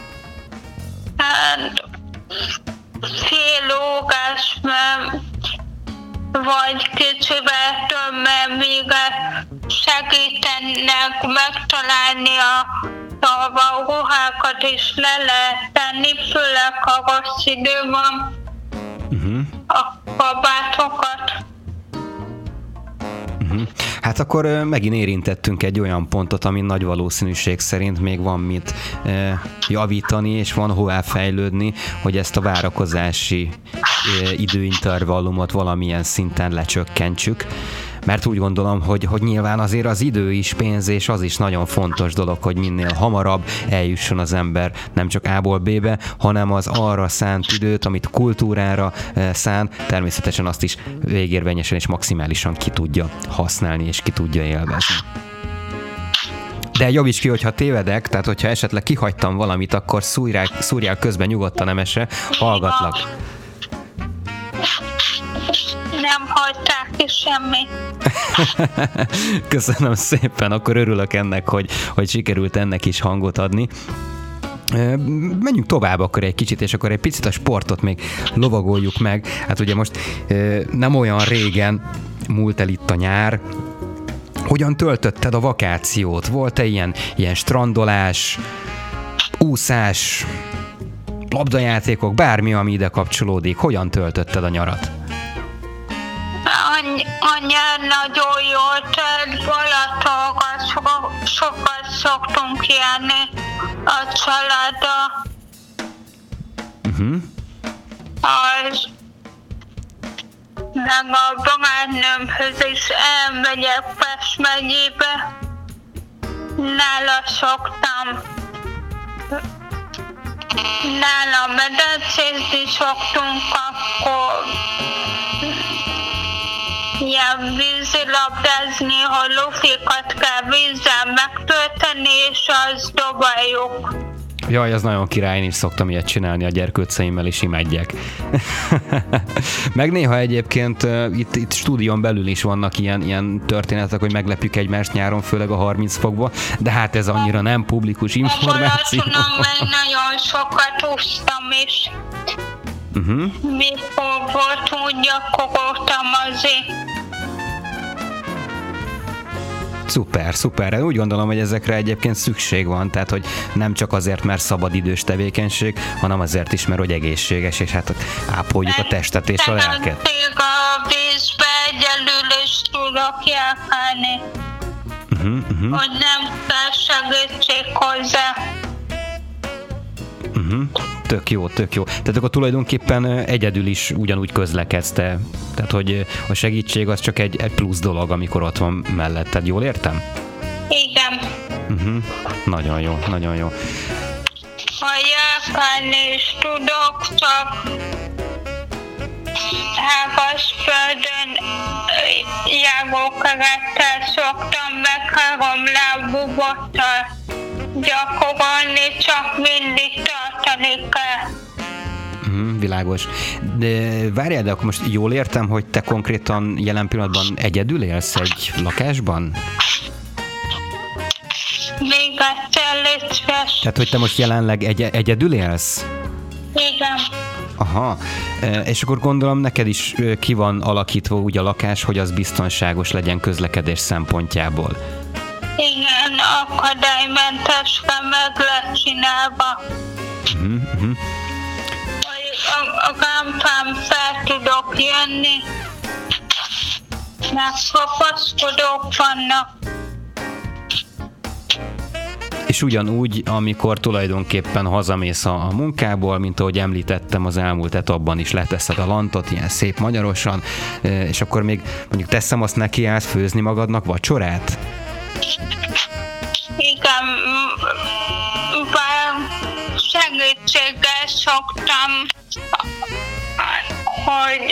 Hát fél órás, mert vagy kicsivel több, mert még segítenek megtalálni a, a ruhákat is le lehet tenni, főleg ha rossz idő van, uh-huh. a kabátokat. Uh-huh. Hát akkor megint érintettünk egy olyan pontot, ami nagy valószínűség szerint még van mit eh, javítani, és van hová fejlődni, hogy ezt a várakozási eh, időintervallumot valamilyen szinten lecsökkentsük. Mert úgy gondolom, hogy, hogy nyilván azért az idő is pénz, és az is nagyon fontos dolog, hogy minél hamarabb eljusson az ember nem csak A-ból B-be, hanem az arra szánt időt, amit kultúrára szán, természetesen azt is végérvényesen és maximálisan ki tudja használni, és ki tudja élvezni. De javíts ki, hogyha tévedek, tehát hogyha esetleg kihagytam valamit, akkor szúrjál, szúrjál közben nyugodtan, Emese, hallgatlak. Nem hagyták ki semmit. Köszönöm szépen, akkor örülök ennek, hogy, hogy sikerült ennek is hangot adni. Menjünk tovább akkor egy kicsit, és akkor egy picit a sportot még lovagoljuk meg. Hát ugye most nem olyan régen múlt el itt a nyár. Hogyan töltötted a vakációt? Volt-e ilyen, ilyen strandolás, úszás, labdajátékok, bármi, ami ide kapcsolódik? Hogyan töltötted a nyarat? A nyár nagyon jól telt, Balatonra so, sokat szoktunk járni a családdal. Uh-huh. Az meg a barátnőmhöz is elmegyek Pest megyébe. Nála szoktam. Nála medencézni szoktunk, akkor ilyen vízilabdázni, hogy lufikat kell vízzel megtölteni, és azt dobáljuk. Jaj, az nagyon király, én is szoktam ilyet csinálni a gyerkőcceimmel, és imádják. Meg néha egyébként uh, itt, itt stúdión belül is vannak ilyen, ilyen történetek, hogy meglepjük egymást nyáron, főleg a harminc fokba, de hát ez annyira nem publikus információ. A Balasonon nagyon sokat úsztam is. Uh-huh. Mikor volt úgy, akkor voltam azért. Szuper, szuper. Úgy gondolom, hogy ezekre egyébként szükség van, tehát hogy nem csak azért, mert szabadidős tevékenység, hanem azért is, mert hogy egészséges, és hát ápoljuk a testet és a lelket. A vízbe egyedül is tudok járkálni, uh-huh, uh-huh. hogy nem kell segítség hozzá. Uh-huh. Tök jó, tök jó. Tehát akkor tulajdonképpen egyedül is ugyanúgy közlekedsz te. Tehát, hogy a segítség az csak egy, egy plusz dolog, amikor ott van melletted. Jól értem? Igen. Uh-huh. Nagyon jó, nagyon jó. Ha járkálni is tudok, csak hágas földön járókerettel szoktam meg három lábú bottal gyakorolni, csak mindig tartani kell. Mm, világos. De várjál, de akkor most jól értem, hogy te konkrétan jelen pillanatban egyedül élsz egy lakásban? Még egyszer légy szíves. Tehát, hogy te most jelenleg egy- egyedül élsz? Igen. Aha, és akkor gondolom neked is ki van alakítva úgy a lakás, hogy az biztonságos legyen közlekedés szempontjából. Igen, akadálymentesre meg lett csinálva. Uh-huh, uh-huh. A, a gámpám fel tudok jönni, meg kapaszkodók vannak. És ugyanúgy, amikor tulajdonképpen hazamész a munkából, mint ahogy említettem az elmúlt etapban is, leteszed a lantot, ilyen szép magyarosan, és akkor még mondjuk teszem azt nekiállsz főzni magadnak vacsorát? Igen, bár segítséggel szoktam, hogy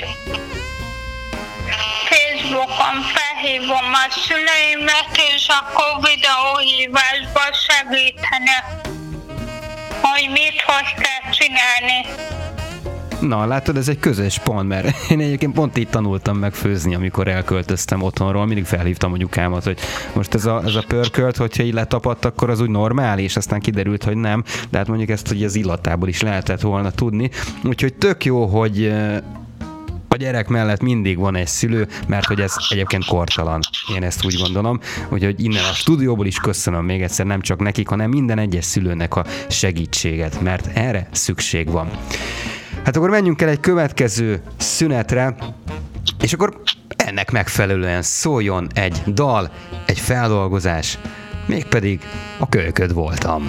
Facebookon felhívom a szüleimet, és akkor videóhívásba segítenek, hogy mit, hogy kell csinálni. Na, látod, ez egy közös pont, mert én egyébként pont így tanultam meg főzni, amikor elköltöztem otthonról. Mindig felhívtam anyukámat, hogy most ez a, ez a pörkölt, hogyha így letapadt, akkor az úgy normális, aztán kiderült, hogy nem. De hát mondjuk ezt, hogy az illatából is lehetett volna tudni. Úgyhogy tök jó, hogy a gyerek mellett mindig van egy szülő, mert hogy ez egyébként kortalan. Én ezt úgy gondolom, úgyhogy innen a stúdióból is köszönöm még egyszer nem csak nekik, hanem minden egyes szülőnek a segítséget, mert erre szükség van. Hát akkor menjünk el egy következő szünetre, és akkor ennek megfelelően szóljon egy dal, egy feldolgozás, mégpedig a Kölyköd voltam.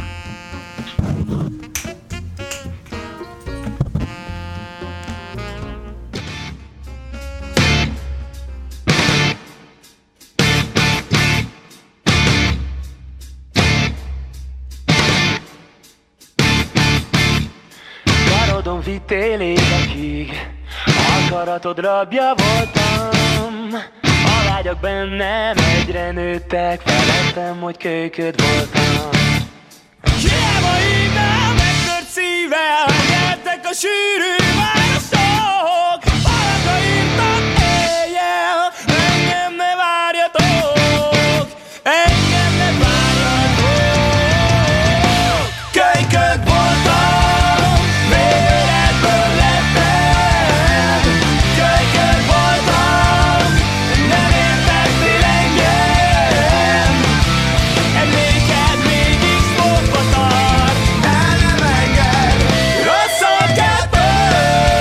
Vittél évekig, akaratod rabja voltam. A vágyak bennem egyre nőttek, felettem, hogy kölyköd voltam. Hiába hívnál megtört szívvel, gyertek a sűrű városok. Valaka írtam éjjel, engem ne várjatok, engem ne várjatok. Kölyköd voltam, Rosszat kell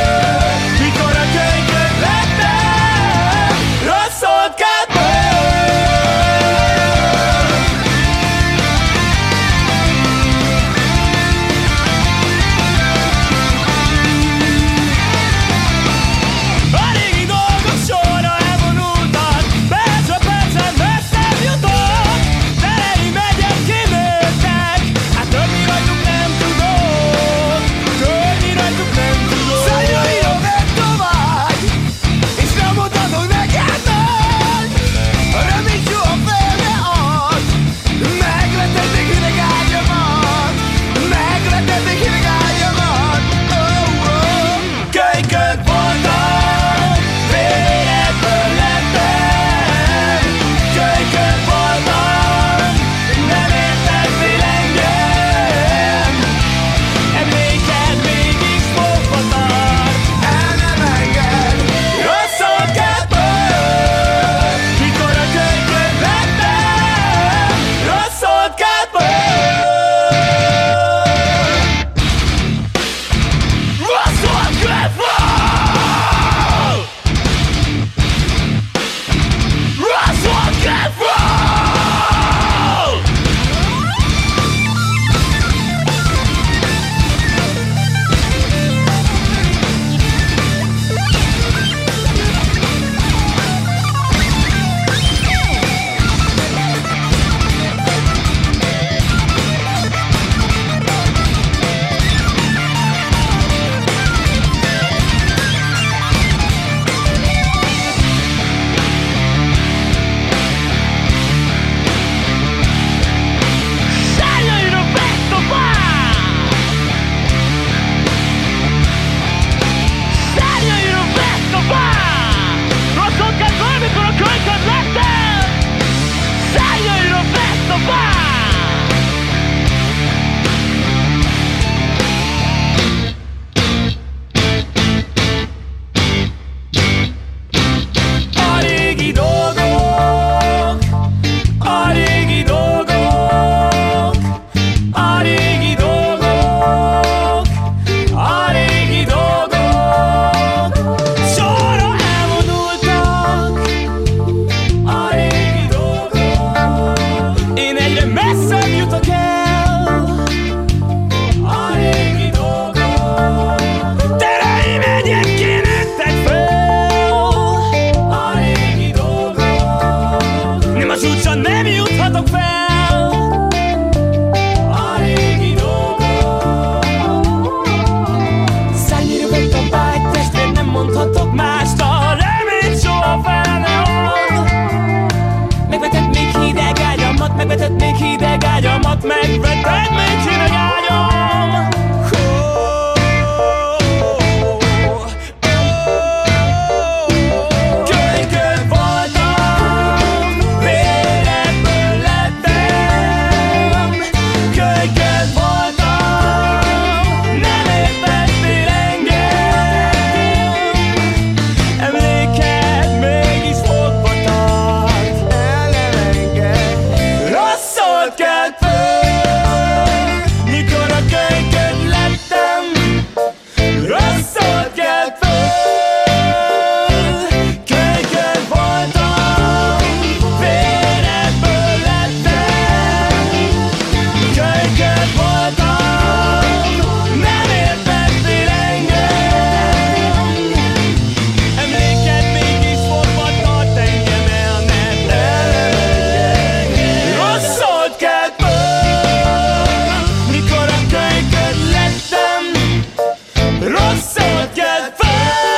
Álmomat megvetted, még hideg Kölykön voltam, véredből lettem. Kölykön voltam, nem értettél engem. Emléked mégis fogva tart, el nem enged. Rosszul kelt föl, mikor a kölykön lettem. Rosszul kelt föl. Kölykön voltam, véredből lettem. Kölykön voltam, nem értettél engem. Emléked mégis fogva tart engem, el ne engedj. Rosszul kelt föl, mikor a kölykön lettem. Rosszul kelt föl.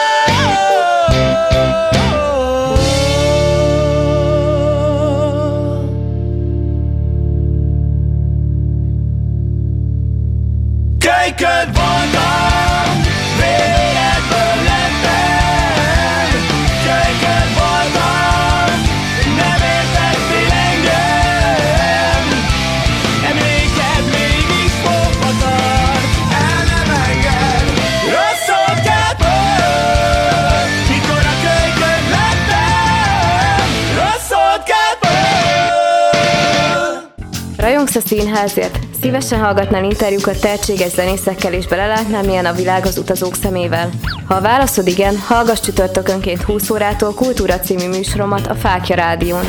Kölykön voltam, véredből lettem. Kölykön voltam, nem értettél engem. Emléked mégis fogva tart, el nem enged. Rosszul kelt föl, mikor a kölykön lettem. Rosszul kelt föl. Rajongsz a színházért? Szívesen hallgatnál interjúkat tehetséges zenészekkel és belelátnál, milyen a világ az utazók szemével? Ha a válaszod igen, hallgass csütörtökönként húsz órától Kultúra című műsoromat a Fáklya Rádión.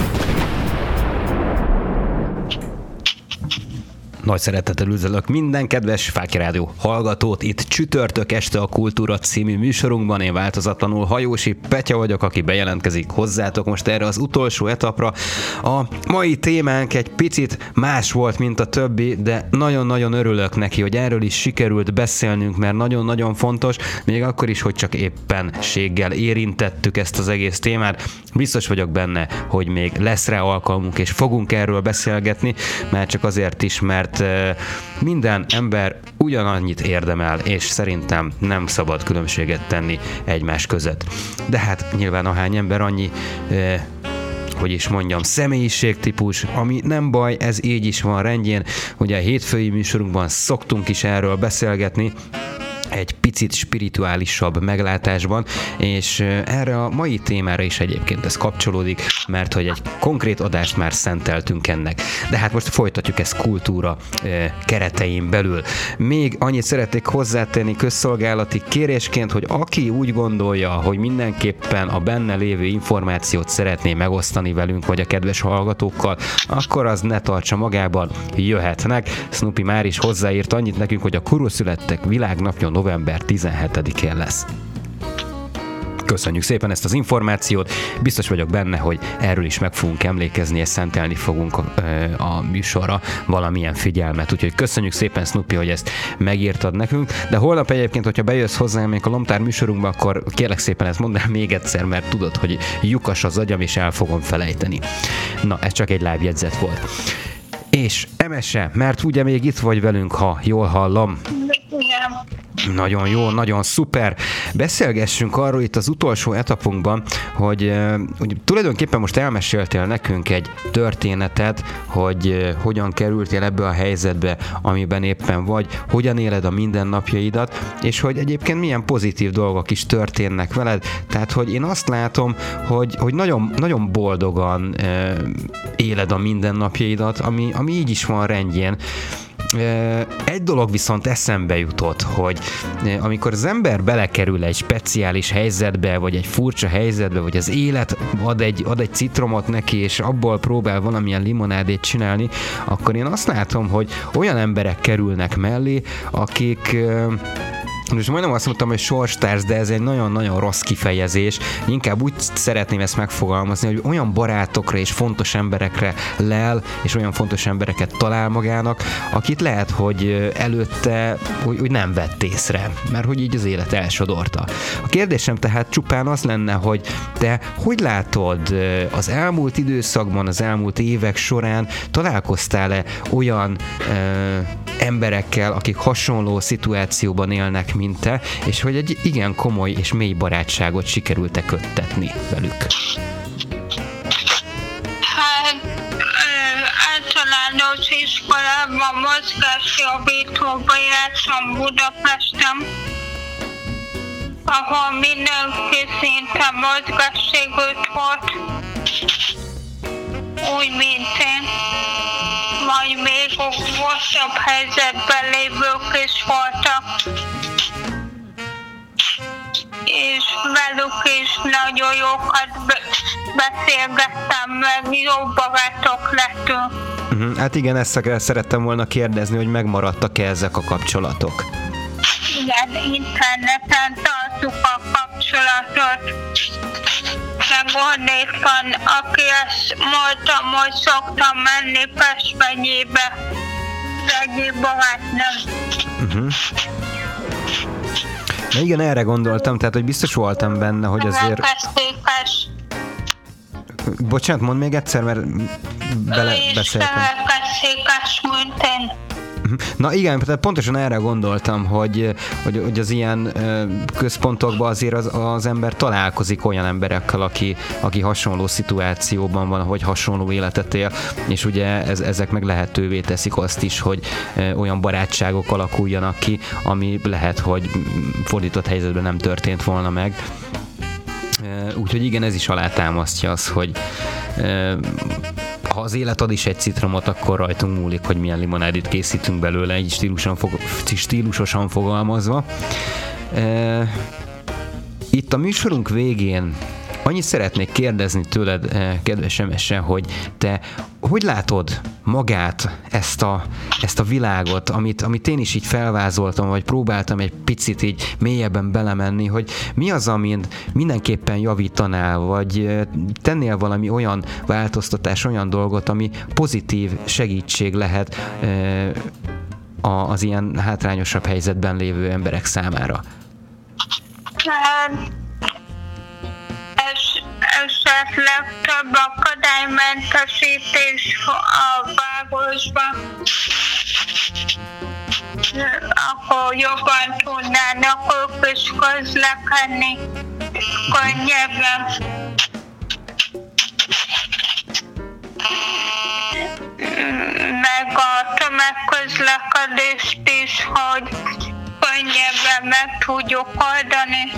Nagy szeretettel üdvözlök minden kedves Fáklya Rádió hallgatót itt csütörtök este a Kultúra című műsorunkban. Én változatlanul Hajósi Petya vagyok, aki bejelentkezik hozzátok most erre az utolsó etapra. A mai témánk egy picit más volt, mint a többi, de nagyon-nagyon örülök neki, hogy erről is sikerült beszélnünk, mert nagyon-nagyon fontos, még akkor is, hogy csak éppenséggel érintettük ezt az egész témát. Biztos vagyok benne, hogy még lesz rá alkalmunk, és fogunk erről beszélgetni, mert csak azért is, mert minden ember ugyanannyit érdemel, és szerintem nem szabad különbséget tenni egymás között. De hát nyilván ahány ember annyi, eh, hogy is mondjam, személyiségtípus, ami nem baj, ez így is van rendjén. Ugye a hétfői műsorunkban szoktunk is erről beszélgetni, egy picit spirituálisabb meglátásban, és erre a mai témára is egyébként ez kapcsolódik, mert hogy egy konkrét adást már szenteltünk ennek. De hát most folytatjuk ezt kultúra keretein belül. Még annyit szeretnék hozzátenni közszolgálati kérésként, hogy aki úgy gondolja, hogy mindenképpen a benne lévő információt szeretné megosztani velünk, vagy a kedves hallgatókkal, akkor az ne tartsa magában, jöhetnek. Snoopy már is hozzáírt annyit nekünk, hogy a Korúszülettek világnapja november tizenhetedikén lesz. Köszönjük szépen ezt az információt, biztos vagyok benne, hogy erről is meg fogunk emlékezni, és szentelni fogunk a, a műsorra valamilyen figyelmet. Úgyhogy köszönjük szépen, Snoopy, hogy ezt megírtad nekünk, de holnap egyébként, hogyha bejössz hozzám még a Lomtár műsorunkba, akkor kérlek szépen ezt mondd el még egyszer, mert tudod, hogy lyukas az agyam, és el fogom felejteni. Na, ez csak egy live jegyzet volt. És Emese, mert ugye még itt vagy velünk, ha jól hallom. Igen. Nagyon jó, nagyon szuper. Beszélgessünk arról itt az utolsó etapunkban, hogy, hogy tulajdonképpen most elmeséltél nekünk egy történetet, hogy hogyan kerültél ebbe a helyzetbe, amiben éppen vagy, hogyan éled a mindennapjaidat, és hogy egyébként milyen pozitív dolgok is történnek veled. Tehát, hogy én azt látom, hogy, hogy nagyon, nagyon boldogan éled a mindennapjaidat, ami, ami így is van rendjén. Egy dolog viszont eszembe jutott, hogy amikor az ember belekerül egy speciális helyzetbe, vagy egy furcsa helyzetbe, vagy az élet ad egy, ad egy citromot neki, és abból próbál valamilyen limonádét csinálni, akkor én azt látom, hogy olyan emberek kerülnek mellé, akik És majdnem azt mondtam, hogy sorstárs, de ez egy nagyon-nagyon rossz kifejezés. Inkább úgy szeretném ezt megfogalmazni, hogy olyan barátokra és fontos emberekre lel, és olyan fontos embereket talál magának, akit lehet, hogy előtte úgy, úgy nem vett észre, mert hogy így az élet elsodorta. A kérdésem tehát csupán az lenne, hogy te hogy látod az elmúlt időszakban, az elmúlt évek során találkoztál-e olyan ö, emberekkel, akik hasonló szituációban élnek, mint te, és hogy egy igen komoly és mély barátságot sikerült-e köttetni velük? Hát általános iskolában mozgásjavítóba jártam Budapesten, ahol mindenki szinte mozgássérült volt, úgy, mint én. Majd még rosszabb helyzetben lévők is voltak, és velük is nagyon jókat beszélgettem, meg jó barátok lettünk. Uh-huh. Hát igen, ezt szerettem volna kérdezni, hogy megmaradtak-e ezek a kapcsolatok? Igen, interneten tartjuk a kapcsolatot. Meg van van, aki ezt mondtam, hogy szoktam menni Pest megyébe, de egyik barátnőm. Uh-huh. Na igen, erre gondoltam, tehát hogy biztos voltam benne, hogy azért... Székes. Bocsánat, mondd még egyszer, mert belebeszéltem. Székes, mint én. Na igen, tehát pontosan erre gondoltam, hogy, hogy, hogy az ilyen központokban azért az, az ember találkozik olyan emberekkel, aki, aki hasonló szituációban van, hogy hasonló életet él, és ugye ez, ezek meg lehetővé teszik azt is, hogy olyan barátságok alakuljanak ki, ami lehet, hogy fordított helyzetben nem történt volna meg. Úgyhogy igen, ez is alátámasztja az, hogy ha az élet ad is egy citromot, akkor rajtunk múlik, hogy milyen limonádit készítünk belőle, így stílusosan, fog, stílusosan fogalmazva. Itt a műsorunk végén annyit szeretnék kérdezni tőled, kedves Emese, hogy te hogy látod magát, ezt a, ezt a világot, amit, amit én is így felvázoltam, vagy próbáltam egy picit így mélyebben belemenni, hogy mi az, amin mindenképpen javítanál, vagy tennél valami olyan változtatás, olyan dolgot, ami pozitív segítség lehet az ilyen hátrányosabb helyzetben lévő emberek számára? Esetleg több akadálymentesítés a városban, akkor jobban tudnának ők is közlekedni könnyebben. Meg a tömegközlekedést is, hogy könnyebben meg tudjuk oldani.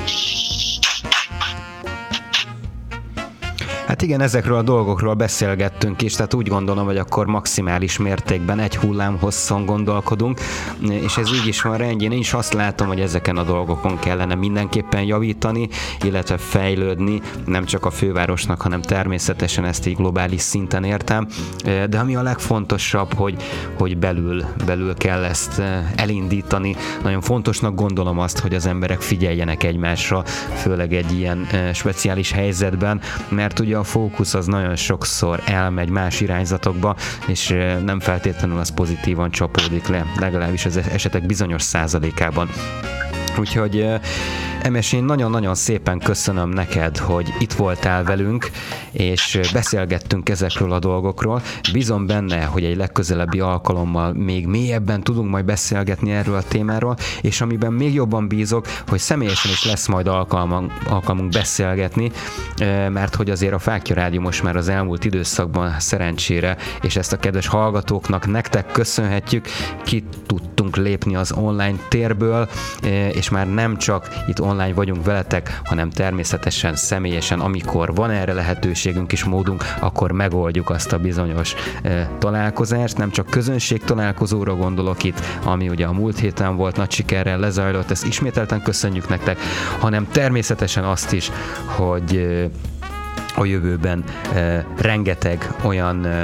Hát igen, ezekről a dolgokról beszélgettünk is, tehát úgy gondolom, hogy akkor maximális mértékben egy hullám hosszon gondolkodunk, és ez így is van rendjén. Én is azt látom, hogy ezeken a dolgokon kellene mindenképpen javítani, illetve fejlődni, nem csak a fővárosnak, hanem természetesen ezt így globális szinten értem, de ami a legfontosabb, hogy, hogy belül, belül kell ezt elindítani. Nagyon fontosnak gondolom azt, hogy az emberek figyeljenek egymásra, főleg egy ilyen speciális helyzetben, mert ugye a fókusz az nagyon sokszor elmegy más irányzatokba, és nem feltétlenül az pozitívan csapódik le, legalábbis az esetek bizonyos százalékában. Úgyhogy Emes, én nagyon-nagyon szépen köszönöm neked, hogy itt voltál velünk, és beszélgettünk ezekről a dolgokról. Bízom benne, hogy egy legközelebbi alkalommal még mélyebben tudunk majd beszélgetni erről a témáról, és amiben még jobban bízok, hogy személyesen is lesz majd alkalmunk, alkalmunk beszélgetni, mert hogy azért a Fáklya Rádió most már az elmúlt időszakban szerencsére, és ezt a kedves hallgatóknak nektek köszönhetjük, ki tudtunk lépni az online térből, és már nem csak itt online vagyunk veletek, hanem természetesen személyesen, amikor van erre lehetőségünk és módunk, akkor megoldjuk azt a bizonyos e, találkozást. Nem csak közönség találkozóra gondolok itt, ami ugye a múlt héten volt, nagy sikerrel lezajlott, ezt ismételten köszönjük nektek, hanem természetesen azt is, hogy e, a jövőben e, rengeteg olyan e,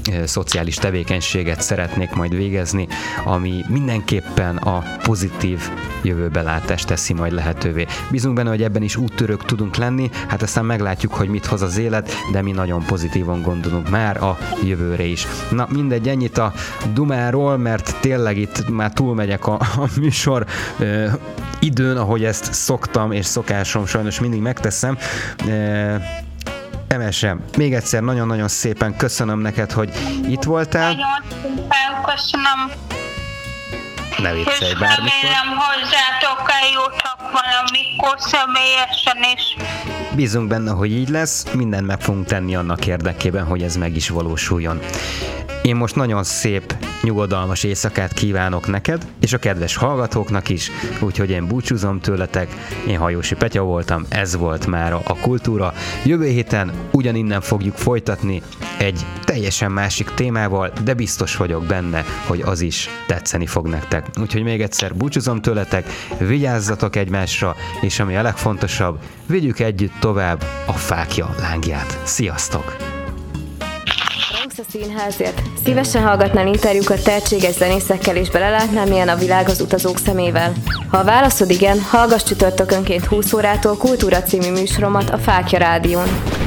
szociális tevékenységet szeretnék majd végezni, ami mindenképpen a pozitív jövőbelátást teszi majd lehetővé. Bízunk benne, hogy ebben is úttörők tudunk lenni, hát aztán meglátjuk, hogy mit hoz az élet, de mi nagyon pozitívan gondolunk már a jövőre is. Na mindegy, ennyit a dumáról, mert tényleg itt már túlmegyek a, a műsor ö, időn, ahogy ezt szoktam, és szokásom sajnos mindig megteszem. Ö, Emese, még egyszer nagyon-nagyon szépen köszönöm neked, hogy itt voltál. Nagyon szépen köszönöm. Ne viccelj, és bármikor. remélem hozzátok eljutok valamikor személyesen is. Bízunk benne, hogy így lesz, mindent meg fogunk tenni annak érdekében, hogy ez meg is valósuljon. Én most nagyon szép, nyugodalmas éjszakát kívánok neked, és a kedves hallgatóknak is, úgyhogy én búcsúzom tőletek. Én Hajósi Petya voltam, ez volt már a Kultúra. Jövő héten ugyaninnen fogjuk folytatni egy teljesen másik témával, de biztos vagyok benne, hogy az is tetszeni fog nektek. Úgyhogy még egyszer búcsúzom tőletek, vigyázzatok egymásra, és ami a legfontosabb, vigyük együtt tovább a fákja lángját. Sziasztok! A színházért. Szívesen hallgatnál interjúkat tehetséges zenészekkel és belelátnál, milyen a világ az utazók szemével. Ha a válaszod igen, hallgass csütörtökönként húsz órától Kultúra című műsoromat a Fákja Rádión.